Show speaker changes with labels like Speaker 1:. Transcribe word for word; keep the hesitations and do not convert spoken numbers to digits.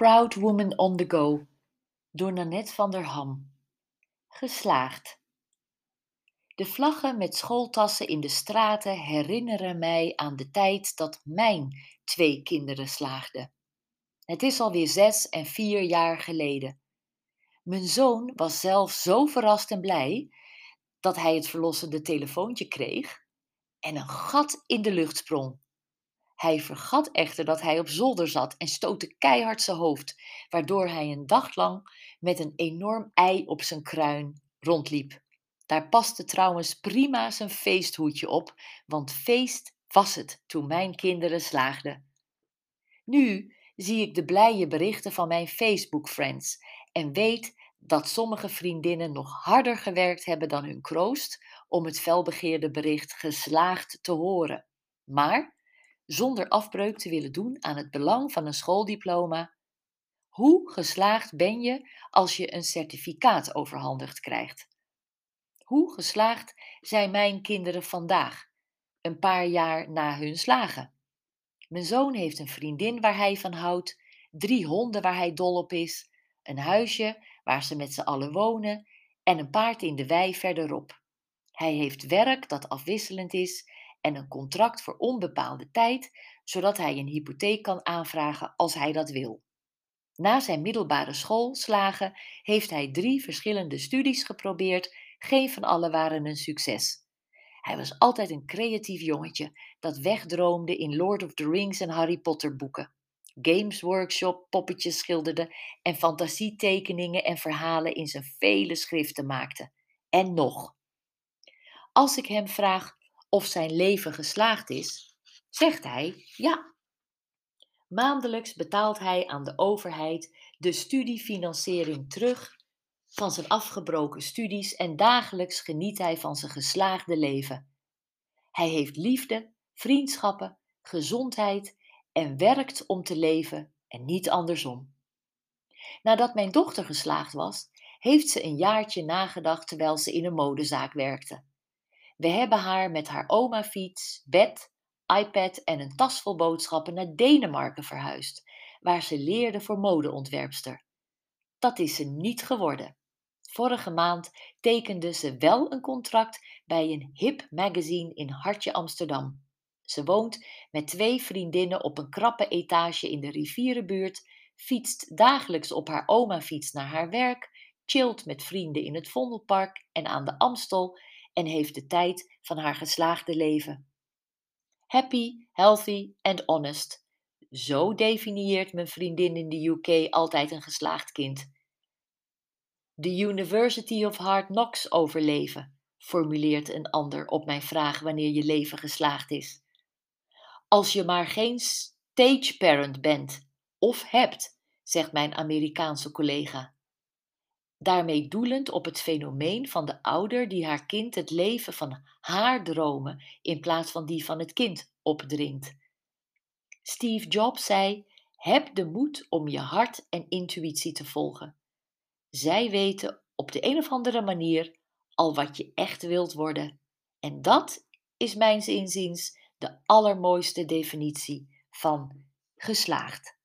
Speaker 1: Proud Woman on the Go door Nanette van der Ham. Geslaagd. De vlaggen met schooltassen in de straten herinneren mij aan de tijd dat mijn twee kinderen slaagden. Het is alweer zes en vier jaar geleden. Mijn zoon was zelf zo verrast en blij dat hij het verlossende telefoontje kreeg en een gat in de lucht sprong. Hij vergat echter dat hij op zolder zat en stootte keihard zijn hoofd, waardoor hij een dag lang met een enorm ei op zijn kruin rondliep. Daar paste trouwens prima zijn feesthoedje op, want feest was het toen mijn kinderen slaagden. Nu zie ik de blije berichten van mijn Facebook-friends en weet dat sommige vriendinnen nog harder gewerkt hebben dan hun kroost om het felbegeerde bericht geslaagd te horen. Maar zonder afbreuk te willen doen aan het belang van een schooldiploma. Hoe geslaagd ben je als je een certificaat overhandigd krijgt? Hoe geslaagd zijn mijn kinderen vandaag, een paar jaar na hun slagen? Mijn zoon heeft een vriendin waar hij van houdt, drie honden waar hij dol op is, een huisje waar ze met z'n allen wonen en een paard in de wei verderop. Hij heeft werk dat afwisselend is en een contract voor onbepaalde tijd, zodat hij een hypotheek kan aanvragen als hij dat wil. Na zijn middelbare schoolslagen heeft hij drie verschillende studies geprobeerd, geen van alle waren een succes. Hij was altijd een creatief jongetje dat wegdroomde in Lord of the Rings en Harry Potter boeken. Games workshop, poppetjes schilderde en fantasietekeningen en verhalen in zijn vele schriften maakte. En nog. Als ik hem vraag of zijn leven geslaagd is, zegt hij ja. Maandelijks betaalt hij aan de overheid de studiefinanciering terug van zijn afgebroken studies en dagelijks geniet hij van zijn geslaagde leven. Hij heeft liefde, vriendschappen, gezondheid en werkt om te leven en niet andersom. Nadat mijn dochter geslaagd was, heeft ze een jaartje nagedacht terwijl ze in een modezaak werkte. We hebben haar met haar oma-fiets, bed, iPad en een tas vol boodschappen naar Denemarken verhuisd, waar ze leerde voor modeontwerpster. Dat is ze niet geworden. Vorige maand tekende ze wel een contract bij een hip magazine in Hartje Amsterdam. Ze woont met twee vriendinnen op een krappe etage in de rivierenbuurt, fietst dagelijks op haar oma-fiets naar haar werk, chillt met vrienden in het Vondelpark en aan de Amstel en heeft de tijd van haar geslaagde leven. Happy, healthy and honest. Zo definieert mijn vriendin in de U K altijd een geslaagd kind. The University of Hard Knocks overleven, formuleert een ander op mijn vraag wanneer je leven geslaagd is. Als je maar geen stage parent bent of hebt, zegt mijn Amerikaanse collega. Daarmee doelend op het fenomeen van de ouder die haar kind het leven van haar dromen in plaats van die van het kind opdringt. Steve Jobs zei: heb de moed om je hart en intuïtie te volgen. Zij weten op de een of andere manier al wat je echt wilt worden. En dat is mijns inziens de allermooiste definitie van geslaagd.